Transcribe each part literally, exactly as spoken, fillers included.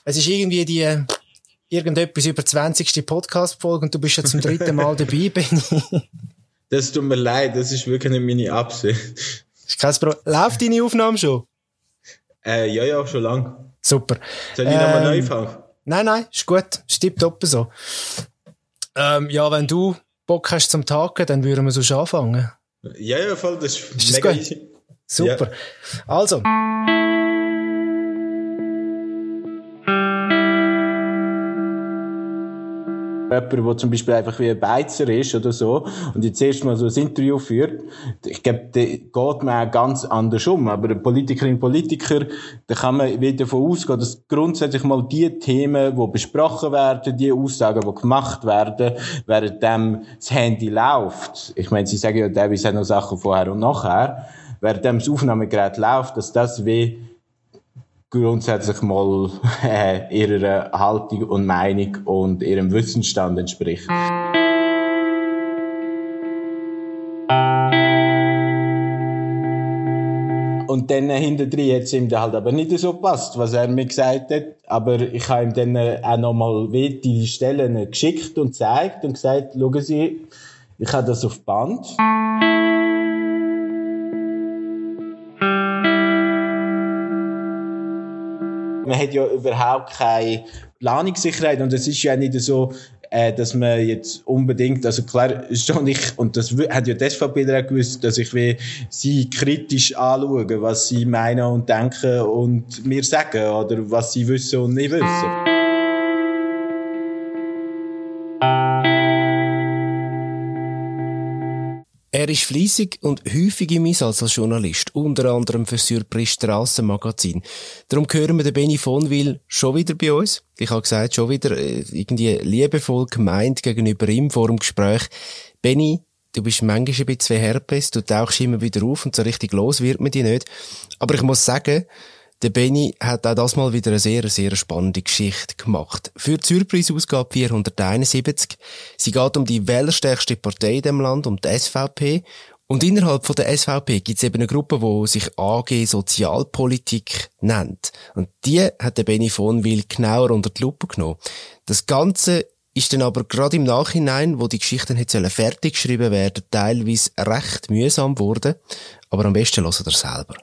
Es ist irgendwie die, irgendetwas über zwanzigste Podcast-Folge und du bist ja zum dritten Mal dabei, Benni. Das tut mir leid, das ist wirklich nicht meine Absicht. Ist kein Problem. Läuft deine Aufnahme schon? Äh, ja, ja, schon lang. Super. Soll ich ähm, nochmal neu fangen? Nein, nein, ist gut. Ist tipptopp so. Ähm, ja, wenn du Bock hast zum Tagen, dann würden wir so schon anfangen. Ja, ja, voll, das ist, ist mega das easy. Super. Ja. Also. Jemand, der zum Beispiel einfach wie ein Beizer ist oder so und jetzt erst mal so ein Interview führt, ich glaube, da geht man auch ganz anders um. Aber eine Politikerin, Politiker, da kann man wieder davon ausgehen, dass grundsätzlich mal die Themen, die besprochen werden, die Aussagen, die gemacht werden, während das Handy läuft. Ich meine, sie sagen ja teilweise auch noch Sachen vorher und nachher. Während das Aufnahmegerät läuft, dass das wie grundsätzlich mal äh, ihrer Haltung und Meinung und ihrem Wissensstand entspricht. Und dann äh, hinterdrein hat es ihm dann halt aber nicht so gepasst, was er mir gesagt hat. Aber ich habe ihm dann äh, auch nochmal die Stellen geschickt und gezeigt und gesagt, schauen Sie, ich habe das auf Band. Man hat ja überhaupt keine Planungssicherheit und es ist ja nicht so, äh, dass man jetzt unbedingt, also klar, schon ich, und das hat ja die S V P auch gewusst, dass ich will sie kritisch anschauen, was sie meinen und denken und mir sagen oder was sie wissen und nicht wissen. Er ist fleissig und häufig im Einsatz als Journalist, unter anderem für Surprise Strassenmagazin. Darum hören wir den Benni Vonwil schon wieder bei uns. Ich habe gesagt, schon wieder äh, irgendwie liebevoll gemeint gegenüber ihm vor dem Gespräch. Benni, du bist manchmal ein bisschen wie Herpes, du tauchst immer wieder auf und so richtig los wird man dich nicht. Aber ich muss sagen, der Benni hat auch das mal wieder eine sehr, sehr spannende Geschichte gemacht. Für die Surprise-Ausgabe vierhunderteinundsiebzig. Sie geht um die wählerstärkste Partei in dem Land, um die S V P. Und innerhalb von der S V P gibt es eben eine Gruppe, die sich A G Sozialpolitik nennt. Und die hat der Benni Vonwil genauer unter die Lupe genommen. Das Ganze ist dann aber gerade im Nachhinein, wo die Geschichten hätte fertig geschrieben werden, teilweise recht mühsam geworden. Aber am besten hört ihr selber.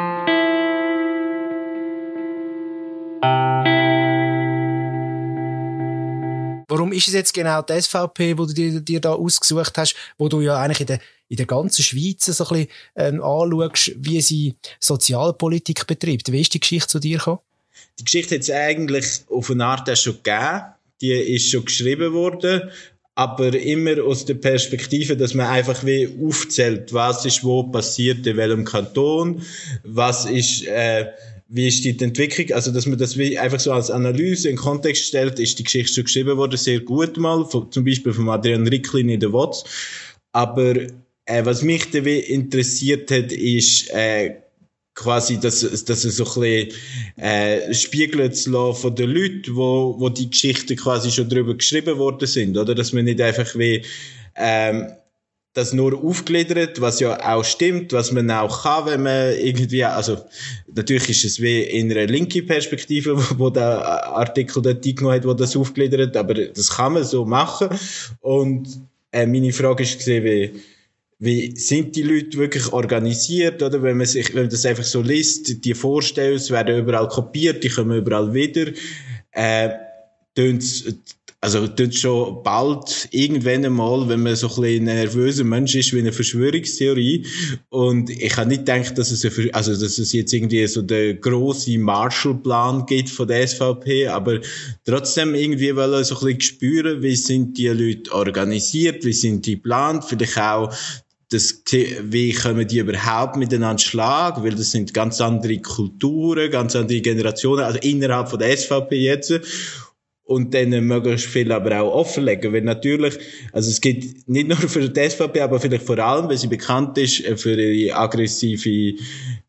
Warum ist es jetzt genau die S V P, die du dir, dir da ausgesucht hast, wo du ja eigentlich in der, in der ganzen Schweiz so ein bisschen ähm, anschaust, wie sie Sozialpolitik betreibt? Wie ist die Geschichte zu dir gekommen? Die Geschichte hat es eigentlich auf eine Art auch schon gegeben. Die ist schon geschrieben worden, aber immer aus der Perspektive, dass man einfach wie aufzählt, was ist wo passiert, in welchem Kanton, was ist... Äh, Wie ist die Entwicklung? Also, dass man das wie einfach so als Analyse in den Kontext stellt, ist die Geschichte schon geschrieben worden, sehr gut mal, von, zum Beispiel von Adrian Ricklin in der W O Z. Aber, äh, was mich da wie interessiert hat, ist, äh, quasi, dass, dass es so ein bisschen, äh, spiegelt zu lassen von den Leuten, wo, wo die Geschichten quasi schon drüber geschrieben worden sind, oder? Dass man nicht einfach wie, ähm, das nur aufgliedert, was ja auch stimmt, was man auch kann, wenn man irgendwie, also, natürlich ist es wie in einer linken Perspektive, wo, wo der Artikel dort eingenommen hat, wo das aufgliedert, aber das kann man so machen. Und, äh, meine Frage ist gesehen, wie, wie sind die Leute wirklich organisiert, oder? Wenn man sich, wenn man das einfach so liest, die Vorstellungen werden überall kopiert, die kommen überall wieder, äh, tönt's, Also, tut schon bald irgendwann einmal, wenn man so ein bisschen ein nervöser Mensch ist, wie eine Verschwörungstheorie. Und ich habe nicht gedacht, dass es, eine, also, dass es jetzt irgendwie so den grossen Marshallplan gibt von der S V P, aber trotzdem irgendwie wollen so ein bisschen spüren, wie sind die Leute organisiert, wie sind die geplant, vielleicht auch, das, wie können die überhaupt miteinander schlagen, weil das sind ganz andere Kulturen, ganz andere Generationen, also innerhalb von der S V P jetzt. Und dann möglichst viel aber auch offenlegen, weil natürlich, also es gibt nicht nur für die S V P, aber vielleicht vor allem, weil sie bekannt ist für ihre aggressive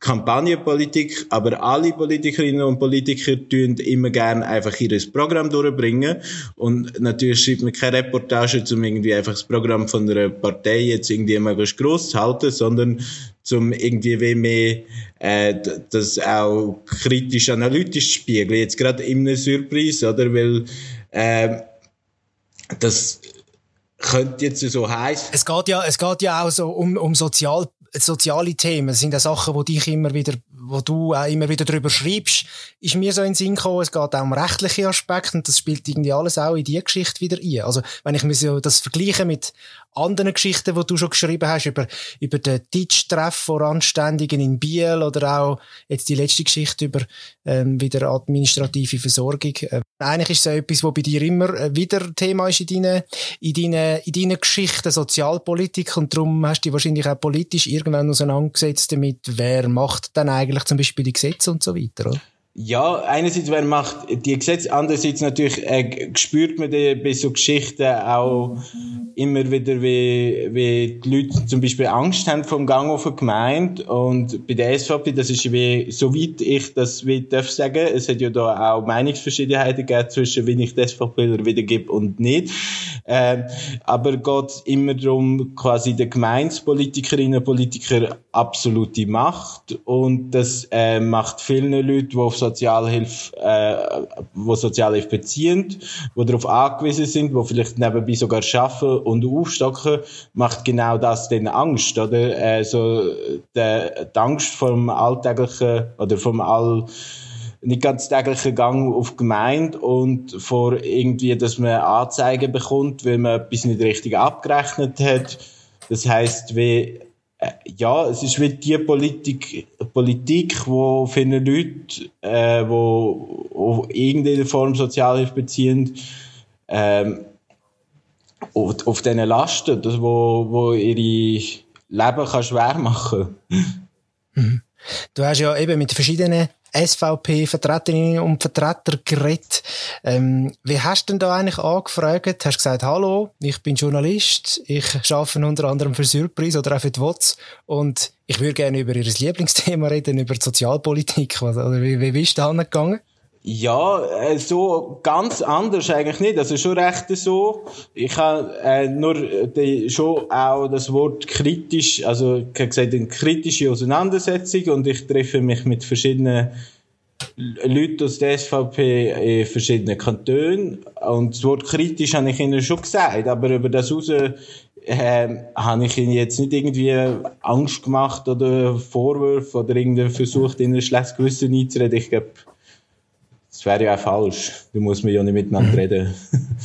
Kampagnenpolitik, aber alle Politikerinnen und Politiker tun immer gerne einfach ihr Programm durchbringen und natürlich schreibt man keine Reportage, um irgendwie einfach das Programm von einer Partei jetzt irgendwie möglichst gross zu halten, sondern zum irgendwie wie mehr äh, das auch kritisch analytisch spiegeln, jetzt gerade in einem Surprise, oder, weil äh, das könnte jetzt so heißen. Es geht ja, es geht ja auch so um, um sozial, soziale Themen. Das sind ja Sachen, wo dich immer wieder, wo du auch immer wieder drüber schreibst, ist mir so in den Sinn gekommen. Es geht auch um rechtliche Aspekte und das spielt irgendwie alles auch in die Geschichte wieder ein. Also, wenn ich mir so das vergleiche mit anderen Geschichten, die du schon geschrieben hast, über, über den Ditch-Treff von Randständigen in Biel oder auch jetzt die letzte Geschichte über, ähm, wieder administrative Versorgung. Äh, eigentlich ist es ja etwas, was bei dir immer wieder Thema ist in deinen, in deinen, in deinen Geschichten, Sozialpolitik, und darum hast du dich wahrscheinlich auch politisch irgendwann auseinandergesetzt damit, wer macht dann eigentlich zum Beispiel die Gesetze und so weiter, oder? Ja, einerseits, wer macht die Gesetze, andererseits natürlich äh, spürt man die, bei so Geschichten auch immer wieder, wie, wie die Leute zum Beispiel Angst haben vom Gang auf eine Gemeinde. Und bei der S V P, das ist wie, soweit ich das wie darf sagen, es hat ja da auch Meinungsverschiedenheiten gegeben zwischen, wie ich die S V P wiedergebe und nicht. Ähm, aber geht es immer darum, quasi den Gemeindepolitikerinnen und Politikern absolute Macht. Und das äh, macht vielen Leuten, die auf Sozialhilfe, äh, wo Sozialhilfe beziehen, wo darauf angewiesen sind, wo vielleicht nebenbei sogar arbeiten und aufstocken, macht genau das denen Angst, oder? Also, der, die Angst vom alltäglichen, oder vom all, nicht ganz täglichen Gang auf die Gemeinde und vor irgendwie, dass man Anzeigen bekommt, weil man etwas nicht richtig abgerechnet hat. Das heisst, wie, ja, es ist wie die Politik, Politik, wo viele Leute, äh, wo, wo irgendeine Form Sozialhilfe beziehen, ähm, auf, auf diesen Lasten, das, wo, wo ihre Leben kann schwer machen. Mhm. Du hast ja eben mit verschiedenen S V P-Vertreterinnen und Vertretern geredet. Ähm, wie hast du denn da eigentlich angefragt? Hast du gesagt, hallo, ich bin Journalist, ich arbeite unter anderem für Surprise oder auch für die W O Z und ich würde gerne über ihr Lieblingsthema reden, über die Sozialpolitik. Oder wie, wie bist du da angegangen? Ja, äh, so ganz anders eigentlich nicht. Also schon recht so. Ich habe äh, nur die, schon auch das Wort kritisch, also ich habe gesagt, eine kritische Auseinandersetzung und ich treffe mich mit verschiedenen Leuten aus der S V P in verschiedenen Kantonen und das Wort kritisch habe ich ihnen schon gesagt, aber über das raus äh, habe ich ihnen jetzt nicht irgendwie Angst gemacht oder Vorwürfe oder irgendwie versucht, ihnen ein schlechtes Gewissen einzureden. Ich glaube, das wäre ja auch falsch. Da muss man ja nicht miteinander reden.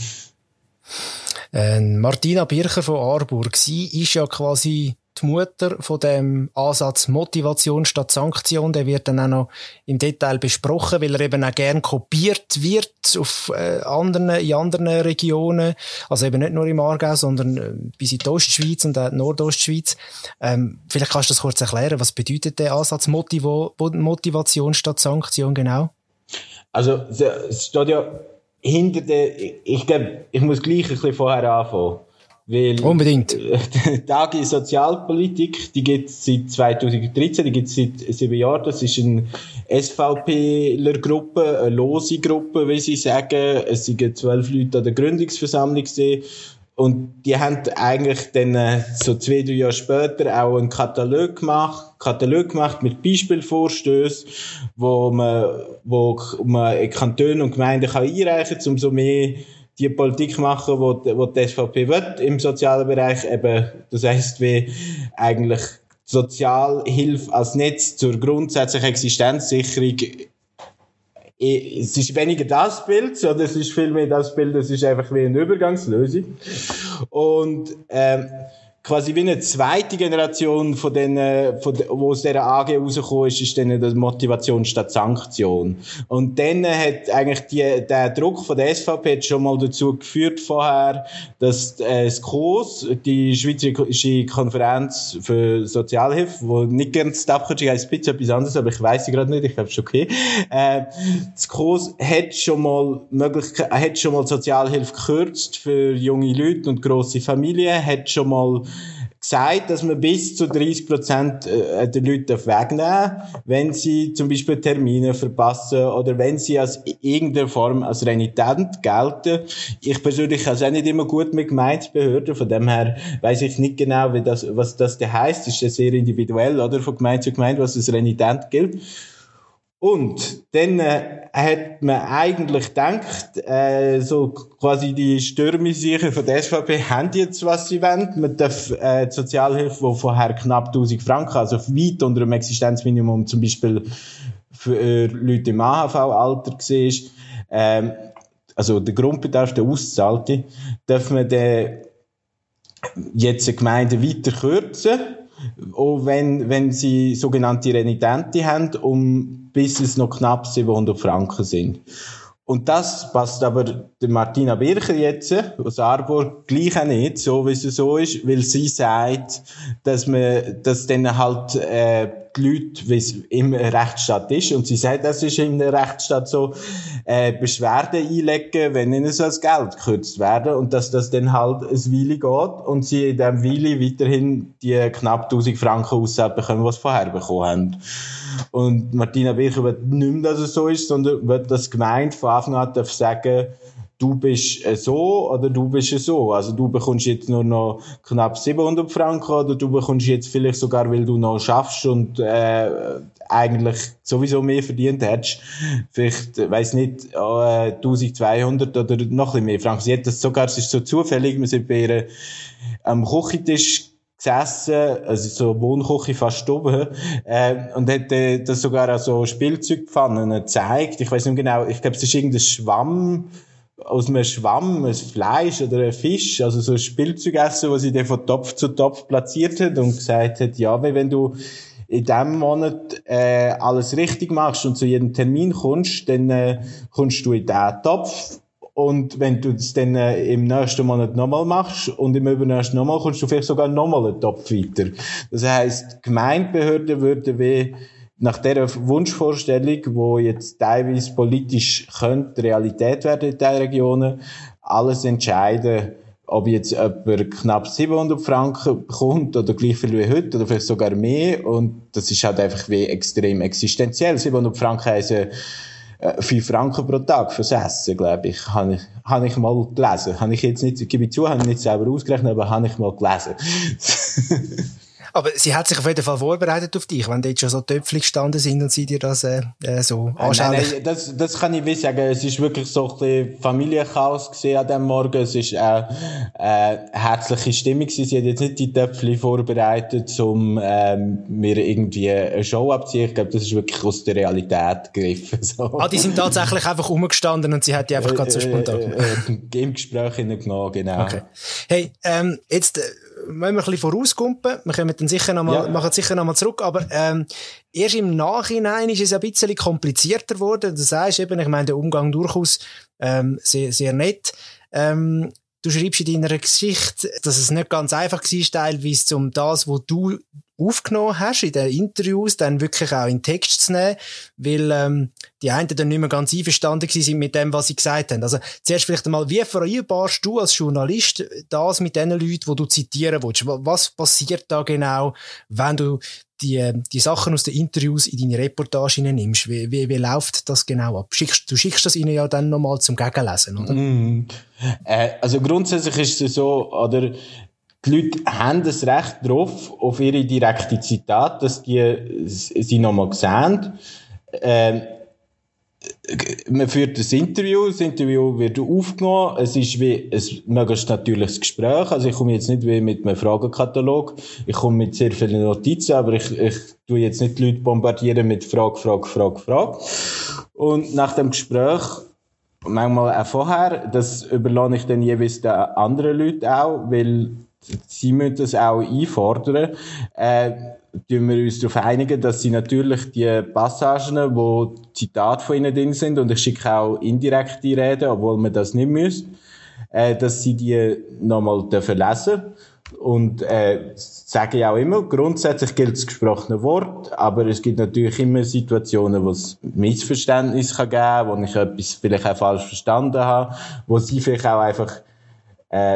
äh, Martina Bircher von Aarburg, sie ist ja quasi die Mutter von dem Ansatz Motivation statt Sanktion. Der wird dann auch noch im Detail besprochen, weil er eben auch gern kopiert wird auf äh, anderen, in anderen Regionen. Also eben nicht nur im Aargau, sondern äh, bis in die Ostschweiz und auch die Nordostschweiz. Ähm, vielleicht kannst du das kurz erklären. Was bedeutet der Ansatz Motivo- Motivation statt Sanktion genau? Also, es steht ja hinter der, ich glaube, ich muss gleich ein bisschen vorher anfangen. Weil, unbedingt. Die A G Sozialpolitik, die gibt es seit zweitausenddreizehn, die gibt es seit sieben Jahren. Das ist eine SVPler-Gruppe, eine lose Gruppe, wie sie sagen. Es sind zwölf Leute an der Gründungsversammlung gewesen. Und die haben eigentlich dann so zwei, drei Jahre später auch einen Katalog gemacht, Katalog gemacht mit Beispielvorstößen, wo man, wo man in Kantonen und Gemeinden kann einreichen kann, um so mehr die Politik machen, wo, wo die S V P will, im sozialen Bereich eben, das heisst, wie eigentlich Sozialhilfe als Netz zur grundsätzlichen Existenzsicherung. Es ist weniger das Bild, sondern es ist vielmehr das Bild, es ist einfach wie eine Übergangslösung. Und, ähm, quasi wie eine zweite Generation von denen, von de, wo aus dieser A G rausgekommen ist, ist dann die Motivation statt Sanktion. Und dann hat eigentlich die, der Druck von der S V P hat schon mal dazu geführt vorher, dass äh, das K O S, die Schweizerische Konferenz für Sozialhilfe, wo nicht ganz die Abkürzung heisst, ein bisschen etwas anderes, aber ich weiss sie gerade nicht, ich glaube, es ist okay. Äh, das K O S hat schon mal Möglichkeit, hat schon mal Sozialhilfe gekürzt für junge Leute und grosse Familien, hat schon mal gesagt, dass man bis zu dreißig Prozent der Leute wegnehmen darf, wenn sie zum Beispiel Termine verpassen oder wenn sie als irgendeiner Form als renitent gelten. Ich persönlich habe es auch nicht immer gut mit Gemeindebehörden, von dem her weiss ich nicht genau, wie das, was das denn heisst. Das ist ja sehr individuell, oder, von Gemeinde zu Gemeinde, was als renitent gilt. Und dann äh, hat man eigentlich gedacht, äh, so quasi die Stürmisicher von der S V P haben jetzt, was sie wollen. Man darf äh, die Sozialhilfe, die vorher knapp tausend Franken, also weit unter dem Existenzminimum, zum Beispiel für äh, Leute im A H V-Alter war, ähm, also der Grundbedarf, der auszahlte, darf man den jetzt eine Gemeinde weiter kürzen, auch wenn, wenn sie sogenannte Renitente haben, um bis es noch knapp siebenhundert Franken sind. Und das passt aber der Martina Bircher jetzt aus Aarburg gleich auch nicht, so wie es so ist, weil sie sagt, dass man, dass dann halt äh, die Leute, wie es im Rechtsstaat ist, und sie sagt, das ist in der Rechtsstaat so, äh, Beschwerden einlegen, wenn ihnen so das Geld gekürzt werden, und dass das dann halt ein Weile geht und sie in diesem Weile weiterhin die knapp tausend Franken auszahlen bekommen, was sie vorher bekommen haben. Und Martina Bircher will nicht mehr, dass es so ist, sondern will, dass die Gemeinde von Anfang an darf sagen, du bist so oder du bist so. Also du bekommst jetzt nur noch knapp siebenhundert Franken oder du bekommst jetzt vielleicht sogar, weil du noch schaffst und äh, eigentlich sowieso mehr verdient hättest, vielleicht, weiss nicht, äh, eintausendzweihundert oder noch ein bisschen mehr Franken. Sie hat das sogar, es ist so zufällig, wir sind bei ihr am Küchentisch gesessen, also so Wohnküche fast oben, äh, und hat äh, das sogar auch so Spielzeugpfannen gezeigt. Ich weiss nicht genau, ich glaube, es ist irgendein Schwamm, aus einem Schwamm, ein Fleisch oder ein Fisch, also so ein Spielzeugessen, was sie dann von Topf zu Topf platziert hat und gesagt hat, ja, wenn du in diesem Monat äh, alles richtig machst und zu jedem Termin kommst, dann äh, kommst du in diesen Topf. Und wenn du das dann äh, im nächsten Monat nochmal machst und im übernächsten nochmal, kommst du vielleicht sogar nochmal einen Topf weiter. Das heisst, die Gemeindebehörden würden wie nach dieser Wunschvorstellung, wo jetzt teilweise politisch könnte Realität werden in diesen Regionen, alles entscheiden, ob jetzt jemand knapp siebenhundert Franken bekommt oder gleich viel wie heute oder vielleicht sogar mehr. Und das ist halt einfach wie extrem existenziell. siebenhundert Franken heißen fünf Franken pro Tag fürs Essen, glaube ich. Habe ich, habe ich mal gelesen. Habe ich jetzt nicht, gebe ich zu, habe ich nicht selber ausgerechnet, aber habe ich mal gelesen. Aber sie hat sich auf jeden Fall vorbereitet auf dich, wenn dort schon so Töpfchen gestanden sind und sie dir das äh, so anschauen. Nein, nein, das, das kann ich wie sagen. Es ist wirklich so ein bisschen Familienchaos gewesen an diesem Morgen. Es ist auch äh, herzliche Stimmung gewesen. Sie hat jetzt nicht die Töpfchen vorbereitet, um ähm, mir irgendwie eine Show abzuziehen. Ich glaube, das ist wirklich aus der Realität gegriffen. So. Ah, die sind tatsächlich einfach rumgestanden und sie hat die einfach äh, gerade so spontan äh, äh, im Gespräch hineingenommen, genau. Okay. Hey, ähm, jetzt äh, müssen wir ein bisschen vorauskumpen. Wir kommen dann sicher noch mal, ja. machen sicher noch mal zurück, aber ähm, erst im Nachhinein ist es ein bisschen komplizierter geworden. Du sagst eben, ich meine, der Umgang durchaus ähm, sehr, sehr nett. Ähm, du schreibst in deiner Geschichte, dass es nicht ganz einfach war, teilweise, um das, was du aufgenommen hast in den Interviews, dann wirklich auch in den Text zu nehmen, weil ähm, die einen dann nicht mehr ganz einverstanden sind mit dem, was sie gesagt haben. Also zuerst vielleicht einmal, wie vereinbarst du als Journalist das mit den Leuten, die du zitieren willst? Was passiert da genau, wenn du die, die Sachen aus den Interviews in deine Reportage nimmst? Wie, wie, wie läuft das genau ab? Schickst, du schickst das ihnen ja dann nochmal zum Gegenlesen, oder? Mm. Äh, also grundsätzlich ist es so, oder die Leute haben das Recht drauf, auf ihre direkte Zitat, dass die sie nochmal sehen. Ähm, man führt das Interview, das Interview wird aufgenommen, es ist wie ein möglichst natürliches Gespräch, also ich komme jetzt nicht wie mit einem Fragenkatalog, ich komme mit sehr vielen Notizen, aber ich, ich tue jetzt nicht die Leute bombardieren mit Frage, Frage, Frage, Frage. Und nach dem Gespräch, manchmal auch vorher, das überlasse ich dann jeweils den anderen Leuten auch, weil sie müssen das auch einfordern, äh, tun wir uns darauf einigen, dass sie natürlich die Passagen, wo Zitate von ihnen drin sind, und ich schicke auch indirekte Reden, obwohl man das nicht müsste, äh, dass sie die nochmal lesen dürfen. Und äh, sage ich auch immer, grundsätzlich gilt das gesprochene Wort, aber es gibt natürlich immer Situationen, wo es Missverständnisse kann geben, wo ich etwas vielleicht auch falsch verstanden habe, wo sie vielleicht auch einfach äh,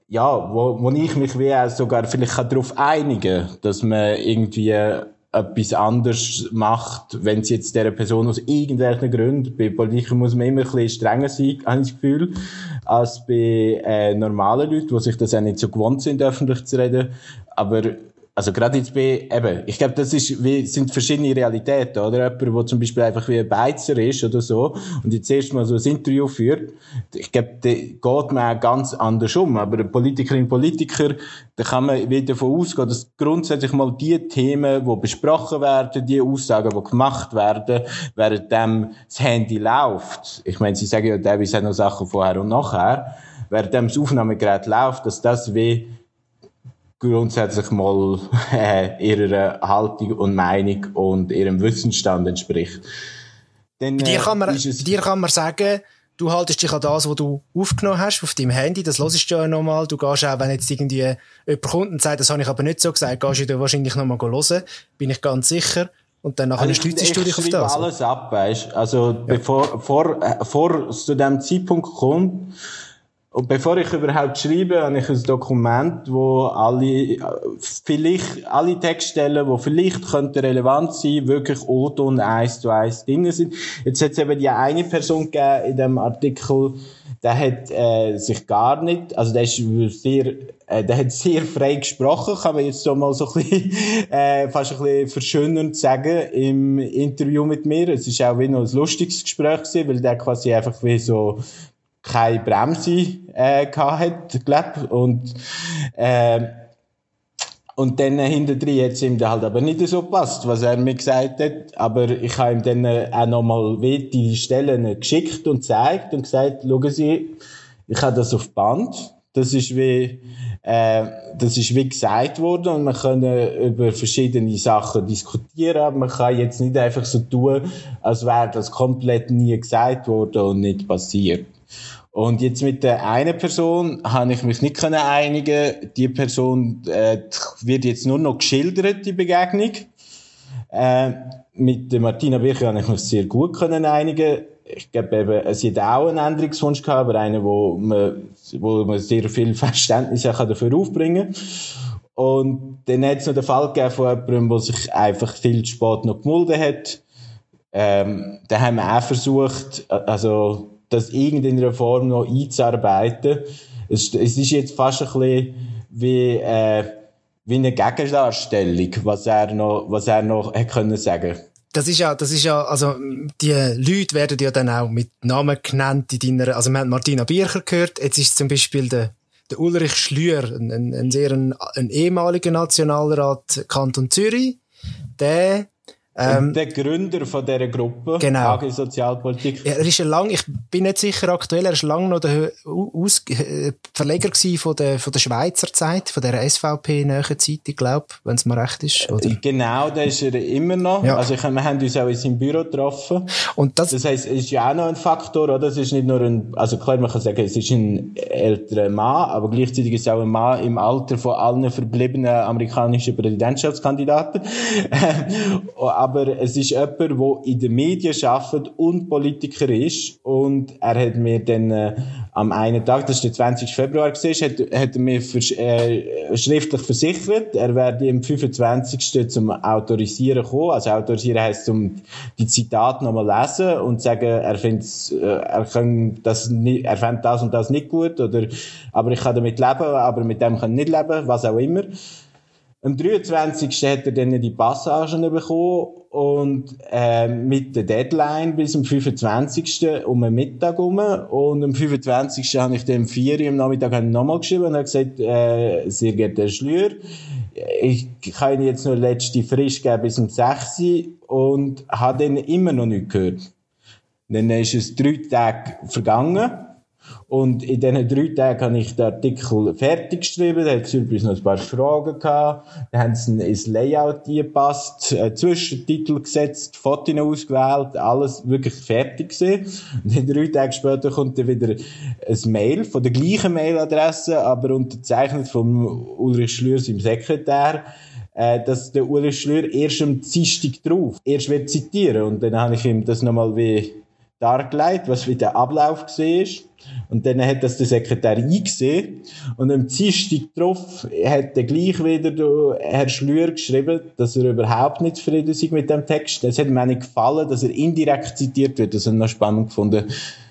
ja, wo, wo ich mich wie auch sogar vielleicht darauf einigen kann, dass man irgendwie etwas anderes macht, wenn es jetzt dieser Person aus irgendwelchen Gründen, bei Politikern muss man immer ein bisschen strenger sein, habe ich das Gefühl, als bei äh, normalen Leuten, die sich das auch nicht so gewohnt sind, öffentlich zu reden. Aber also gerade jetzt bei, eben, ich glaube, das ist, wie, sind verschiedene Realitäten, oder? Jemand, der zum Beispiel einfach wie ein Beizer ist oder so und jetzt erst mal so ein Interview führt, ich glaube, da geht man auch ganz anders um. Aber eine Politikerin, Politiker, da kann man wieder davon ausgehen, dass grundsätzlich mal die Themen, die besprochen werden, die Aussagen, die gemacht werden, während dem das Handy läuft. Ich meine, Sie sagen ja teilweise auch noch Sachen vorher und nachher. Während dem das Aufnahmegerät läuft, dass das wie grundsätzlich mal äh, ihrer Haltung und Meinung und ihrem Wissensstand entspricht. Dann, bei, dir kann man, äh, es, bei dir kann man sagen, du haltest dich an das, was du aufgenommen hast auf deinem Handy, das hörst du ja nochmal. Du gehst auch, wenn jetzt irgendwie jemand kommt und sagt, das habe ich aber nicht so gesagt, gehst du dir wahrscheinlich nochmal hören, bin ich ganz sicher. Und dann nachher stützt du dich auf das. Ich schreibe alles ab, weißt. Also, ja. bevor, vor, äh, vor es zu dem Zeitpunkt kommt, und bevor ich überhaupt schreibe, habe ich ein Dokument, wo alle, vielleicht, alle Textstellen, die vielleicht könnten relevant sein, wirklich O-Ton eins zu eins drin sind. Jetzt hat es eben die eine Person gegeben in dem Artikel, der hat, äh, sich gar nicht, also der ist sehr, äh, der hat sehr frei gesprochen, kann man jetzt so mal so ein bisschen, äh, fast ein bisschen verschönernd sagen, im Interview mit mir. Es ist auch wie noch ein lustiges Gespräch gewesen, weil der quasi einfach wie so, keine Bremse äh, gehabt hat, glaub. Und äh, und dann hintendrein hat es ihm dann halt aber nicht so gepasst, was er mir gesagt hat. Aber ich habe ihm dann auch nochmal die Stellen geschickt und gezeigt und gesagt, schauen Sie, ich habe das auf Band. Das ist wie, äh, das ist wie gesagt worden und wir können über verschiedene Sachen diskutieren, aber man kann jetzt nicht einfach so tun, als wäre das komplett nie gesagt worden und nicht passiert. Und jetzt mit der einen Person habe ich mich nicht können einigen. Die Person äh, wird jetzt nur noch geschildert, die Begegnung. Äh, mit der Martina Bircher habe ich mich sehr gut können einigen. Ich glaube eben, sie hat auch einen Änderungswunsch gehabt, aber einen, wo man, wo man sehr viel Verständnis auch dafür aufbringen kann. Und dann hat es noch den Fall gegeben von jemandem, der sich einfach viel zu spät noch gemeldet hat. Ähm, da haben wir auch versucht, also, das irgendeiner Form noch einzuarbeiten. Es, es ist jetzt fast ein bisschen wie, äh, wie eine Gegendarstellung, was er noch, was er noch hätte können sagen. Das ist ja, das ist ja, also, die Leute werden ja dann auch mit Namen genannt in deiner, also wir haben Martina Bircher gehört, jetzt ist zum Beispiel der, der Ulrich Schlür, ein, ein, ein sehr, ein, ein ehemaliger Nationalrat Kanton Zürich, der, Ähm, der Gründer von dieser Gruppe, genau. A G Sozialpolitik. Er ist ja lang, ich bin nicht sicher aktuell, er ist lang noch der Aus, äh, Verleger gewesen von der, von der Schweizer Zeit, von der S V P-nähen Zeit, ich glaube, wenn es mir recht ist. Oder? Genau, da ist er immer noch. Ja. Also ich, wir haben uns auch in seinem Büro getroffen. Und das, das heisst, es ist ja auch noch ein Faktor, oder? Es ist nicht nur ein, also klar, man kann sagen, es ist ein älterer Mann, aber gleichzeitig ist es auch ein Mann im Alter von allen verbliebenen amerikanischen Präsidentschaftskandidaten. Aber es ist jemand, der in den Medien arbeitet und Politiker ist. Und er hat mir dann äh, am einen Tag, das war der zwanzigsten Februar, gewesen, hat, hat er mir vers- äh, schriftlich versichert, er werde am fünfundzwanzigsten zum Autorisieren kommen. Also Autorisieren heisst, zum die Zitate nochmal lesen und sagen, er findet äh, er kann das nicht, er findet das und das nicht gut, oder, aber ich kann damit leben, aber mit dem kann ich nicht leben, was auch immer. Am dreiundzwanzigsten hat er dann die Passagen bekommen und äh, mit der Deadline bis am fünfundzwanzigsten um den Mittag herum. Und am fünfundzwanzigsten habe ich dann um vier Uhr am Nachmittag nochmal geschrieben und habe gesagt, äh, sehr geehrter Herr Schlür, ich kann Ihnen jetzt nur letzte Frist geben bis um sechs Uhr und habe dann immer noch nichts gehört. Dann ist es drei Tage vergangen. Und in diesen drei Tagen habe ich den Artikel fertig geschrieben, da hat es übrigens noch ein paar Fragen gehabt, dann haben sie ins Layout angepasst, äh, Zwischentitel gesetzt, Fotos ausgewählt, alles wirklich fertig gewesen. Und dann drei Tage später kommt dann wieder ein Mail von der gleichen Mailadresse, aber unterzeichnet von Ulrich Schlür, seinem Sekretär, äh, dass der Ulrich Schlür erst am Dienstag drauf erst wird zitieren. Und dann habe ich ihm das nochmal wie dargelegt, was wie der Ablauf war. Und dann hat das der Sekretär eingesehen. Und am Dienstag drauf hat der gleich wieder der Herr Schlür geschrieben, dass er überhaupt nicht zufrieden ist mit dem Text. Es hat mir auch nicht gefallen, dass er indirekt zitiert wird. Das habe ich noch spannend gefunden.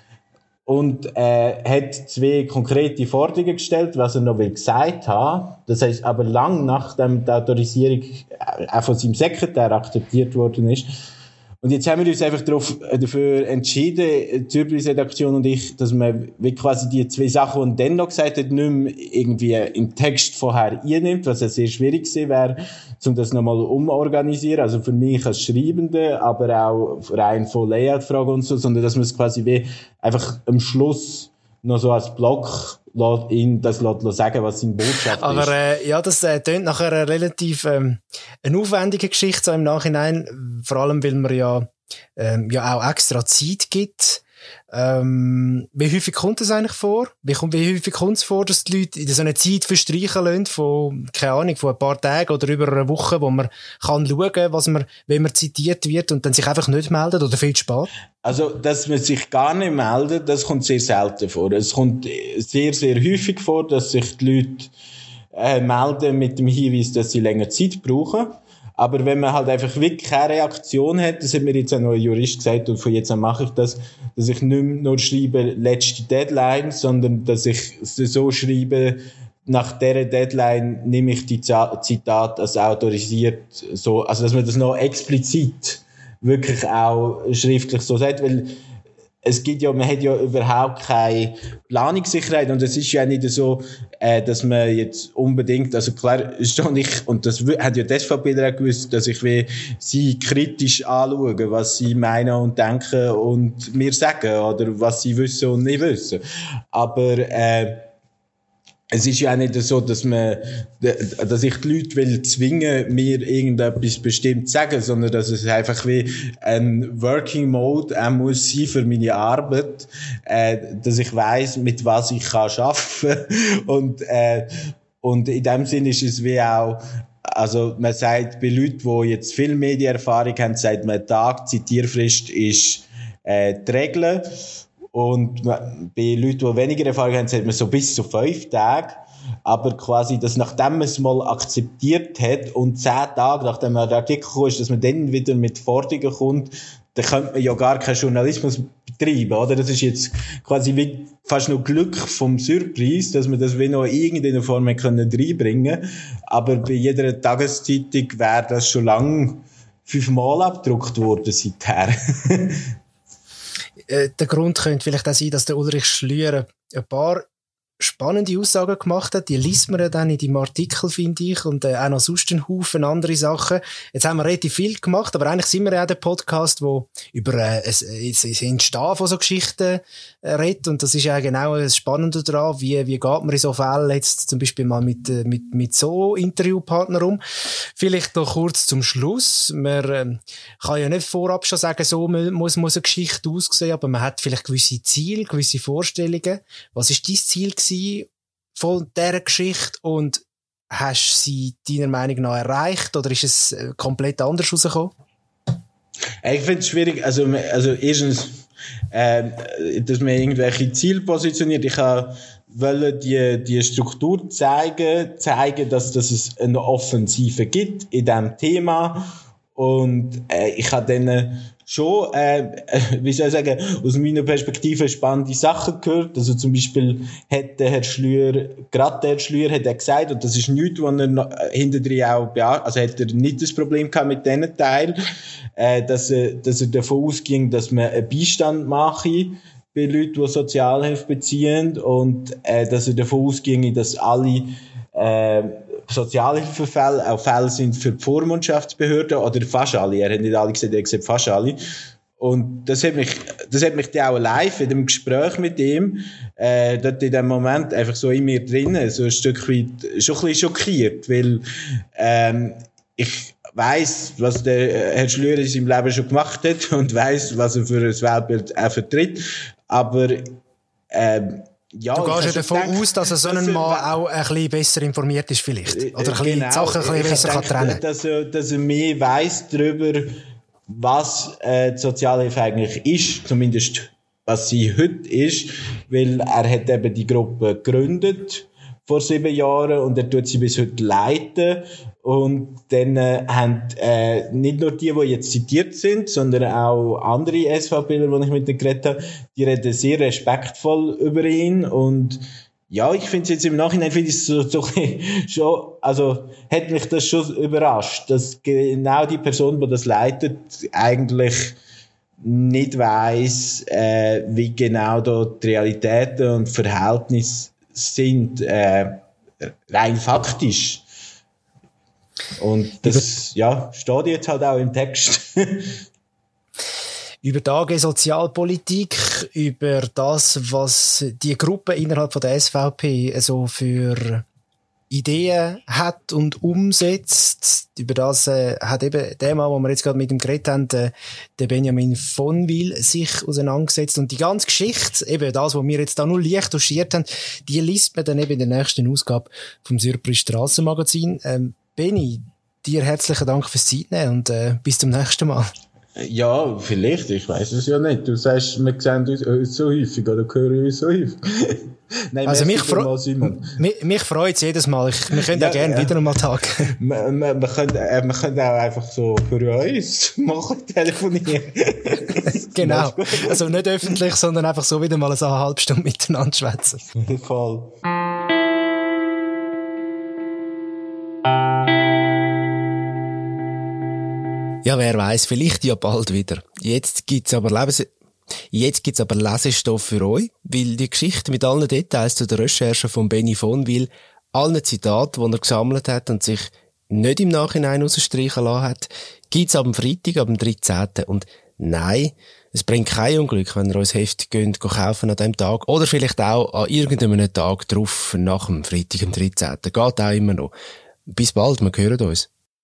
Und äh, hat zwei konkrete Forderungen gestellt, was er noch will gesagt hat. Das heisst, aber lang nachdem die Autorisierung auch von seinem Sekretär akzeptiert worden ist. Und jetzt haben wir uns einfach darauf, dafür entschieden, die Surprise-Redaktion und ich, dass man wie quasi die zwei Sachen, die er dann noch gesagt hat, nicht mehr irgendwie im Text vorher einnimmt, was ja sehr schwierig gewesen wäre, um das nochmal umorganisieren. Also für mich als Schreibende, aber auch rein von Layout-Fragen und so, sondern dass man es quasi wie einfach am Schluss noch so als Block lässt ihn das lässt sagen, was seine Botschaft aber, ist. Aber äh, ja, das äh, tönt nach einer relativ ähm, eine aufwendige Geschichte so im Nachhinein, vor allem weil man ja ähm, ja auch extra Zeit gibt. Ähm, wie häufig kommt das eigentlich vor? Wie, kommt, wie häufig kommt es vor, dass die Leute in so eine Zeit verstreichen lassen von, keine Ahnung, von ein paar Tagen oder über eine Woche, wo man kann schauen, was man, wenn man zitiert wird und dann sich einfach nicht meldet oder viel zu spät? Also, dass man sich gar nicht meldet, das kommt sehr selten vor. Es kommt sehr, sehr häufig vor, dass sich die Leute äh, melden mit dem Hinweis, dass sie länger Zeit brauchen. Aber wenn man halt einfach wirklich keine Reaktion hat, das hat mir jetzt auch noch ein Jurist gesagt, und von jetzt an mache ich das, dass ich nicht mehr nur schreibe, letzte Deadline, sondern dass ich so schreibe, nach dieser Deadline nehme ich die Zitat als autorisiert, so, also dass man das noch explizit wirklich auch schriftlich so sagt, weil es gibt ja, man hat ja überhaupt keine Planungssicherheit und es ist ja nicht so, äh, dass man jetzt unbedingt, also klar, schon ich, und das hat ja das V P auch gewusst, dass ich will sie kritisch anschauen, was sie meinen und denken und mir sagen, oder was sie wissen und nicht wissen. Aber, äh, es ist ja auch nicht so, dass man, dass ich die Leute will zwingen, mir irgendetwas bestimmt zu sagen, sondern dass es einfach wie ein Working Mode auch muss sein für meine Arbeit, äh, dass ich weiss, mit was ich kann arbeiten. Und, äh, und in dem Sinn ist es wie auch, also man sagt, bei Leuten, die jetzt viel Medienerfahrung haben, sagt man, ein Tag Zitierfrist ist äh, die Regel. Und bei Leuten, die weniger Erfahrung haben, sagt man so bis zu fünf Tage. Aber quasi, dass nachdem man es mal akzeptiert hat und zehn Tage, nachdem man der Artikel gekommen ist, dass man dann wieder mit Forderungen kommt, dann könnte man ja gar keinen Journalismus betreiben, oder? Das ist jetzt quasi wie fast noch Glück vom Surprise, dass man das wie noch in irgendeiner Form können reinbringen. Aber bei jeder Tageszeitung wäre das schon lange fünfmal abgedruckt worden seither. Der Grund könnte vielleicht auch sein, dass der Ulrich Schlür ein paar spannende Aussagen gemacht hat. Die liest man ja dann in deinem Artikel, finde ich, und äh, auch noch sonst einen Haufen andere Sachen. Jetzt haben wir relativ viel gemacht, aber eigentlich sind wir ja auch der Podcast, wo über äh, es, es, es Entstehen von so Geschichten äh, redet, und das ist ja genau das Spannende daran, wie, wie geht man in so Fällen jetzt zum Beispiel mal mit, äh, mit, mit so Interviewpartnern um. Vielleicht noch kurz zum Schluss. Man äh, kann ja nicht vorab schon sagen, so muss, muss eine Geschichte aussehen, aber man hat vielleicht gewisse Ziele, gewisse Vorstellungen. Was ist dein Ziel gewesen von dieser Geschichte, und hast du sie deiner Meinung nach erreicht oder ist es komplett anders rausgekommen? Ich finde es schwierig, also, also erstens, äh, dass man irgendwelche Ziele positioniert. Ich wollte die, die Struktur zeigen, zeigen, dass, dass es eine Offensive gibt in diesem Thema, und äh, ich habe dann schon, äh, wie soll ich sagen, aus meiner Perspektive spannende Sachen gehört. Also zum Beispiel hat der Herr Schlür, gerade der Herr Schlür hat er gesagt, und das ist nichts, was er noch, äh, hinterher auch beachtet, also hat er nicht das Problem gehabt mit diesen Teil, äh, dass er, dass er davon ausging, dass man einen Beistand mache bei Leuten, die Sozialhilfe beziehen, und äh, dass er davon ausging, dass alle äh, Sozialhilfefälle auch Fälle sind für die Vormundschaftsbehörden, oder fast alle. Er hat nicht alle gesagt, er hat gesagt fast alle. Und das hat mich, das hat mich dann auch live in dem Gespräch mit ihm, äh, dort in dem Moment einfach so in mir drinnen, so ein Stück weit, schon ein bisschen schockiert, weil, ähm, ich weiss, was der Herr Schlür in seinem Leben schon gemacht hat und weiss, was er für ein Weltbild auch vertritt. Aber, ähm, ja, du gehst ja davon gedacht, aus, dass er so ein Mann auch ein bisschen besser informiert ist vielleicht. Oder ein bisschen genau, die Sachen ein bisschen besser gedacht, kann trennen. Dass er, dass er mehr weiss darüber, was äh, die Sozialhilfe eigentlich ist, zumindest was sie heute ist, weil er hat eben die Gruppe gegründet vor sieben Jahren und er tut sie bis heute leiten. Und dann äh, haben äh, nicht nur die, die jetzt zitiert sind, sondern auch andere SVPler, die ich mit denen geredet habe, die reden sehr respektvoll über ihn. Und ja, ich finde es jetzt im Nachhinein, finde ich es so, so schon, also hat mich das schon überrascht, dass genau die Person, die das leitet, eigentlich nicht weiss, äh, wie genau da die Realitäten und Verhältnisse sind, äh, rein faktisch. Und das, ja, steht jetzt halt auch im Text. Über die A G Sozialpolitik, über das, was die Gruppe innerhalb von der S V P so für Ideen hat und umsetzt. Über das äh, hat eben der Mann, wo wir jetzt gerade mit ihm geredet haben, äh, der Benjamin von Wil, sich auseinandergesetzt. Und die ganze Geschichte, eben das, was wir jetzt da nur leicht touchiert haben, die liest man dann eben in der nächsten Ausgabe vom Surprise Strassenmagazin. Ähm, Benni, dir herzlichen Dank fürs Zeitnehmen und äh, bis zum nächsten Mal. Ja, vielleicht, ich weiss es ja nicht. Du sagst, wir sehen uns, uns so häufig oder hören uns so häufig. Nein, also mich, fre- mich, mich freut es jedes Mal. Ich, wir können ja, auch gerne ja. wieder einmal tagen. Wir, wir, wir, können, äh, wir können auch einfach so für uns machen, telefonieren. Genau. Also nicht öffentlich, sondern einfach so wieder mal so eine halbe Stunde miteinander schwätzen. Voll. Ja, wer weiß, vielleicht ja bald wieder. Jetzt gibt's aber Lebens- Jetzt gibt's aber Lesestoff für euch, weil die Geschichte mit allen Details zu der Recherche von Benny von Wil, allen Zitaten, die er gesammelt hat und sich nicht im Nachhinein rausstreichen lassen hat, gibt's ab dem Freitag, ab dem dreizehnten Und nein, es bringt kein Unglück, wenn ihr uns Heft geht, kaufen an diesem Tag oder vielleicht auch an irgendeinem Tag drauf nach dem Freitag, am dreizehnten Geht auch immer noch. Bis bald, wir hören uns.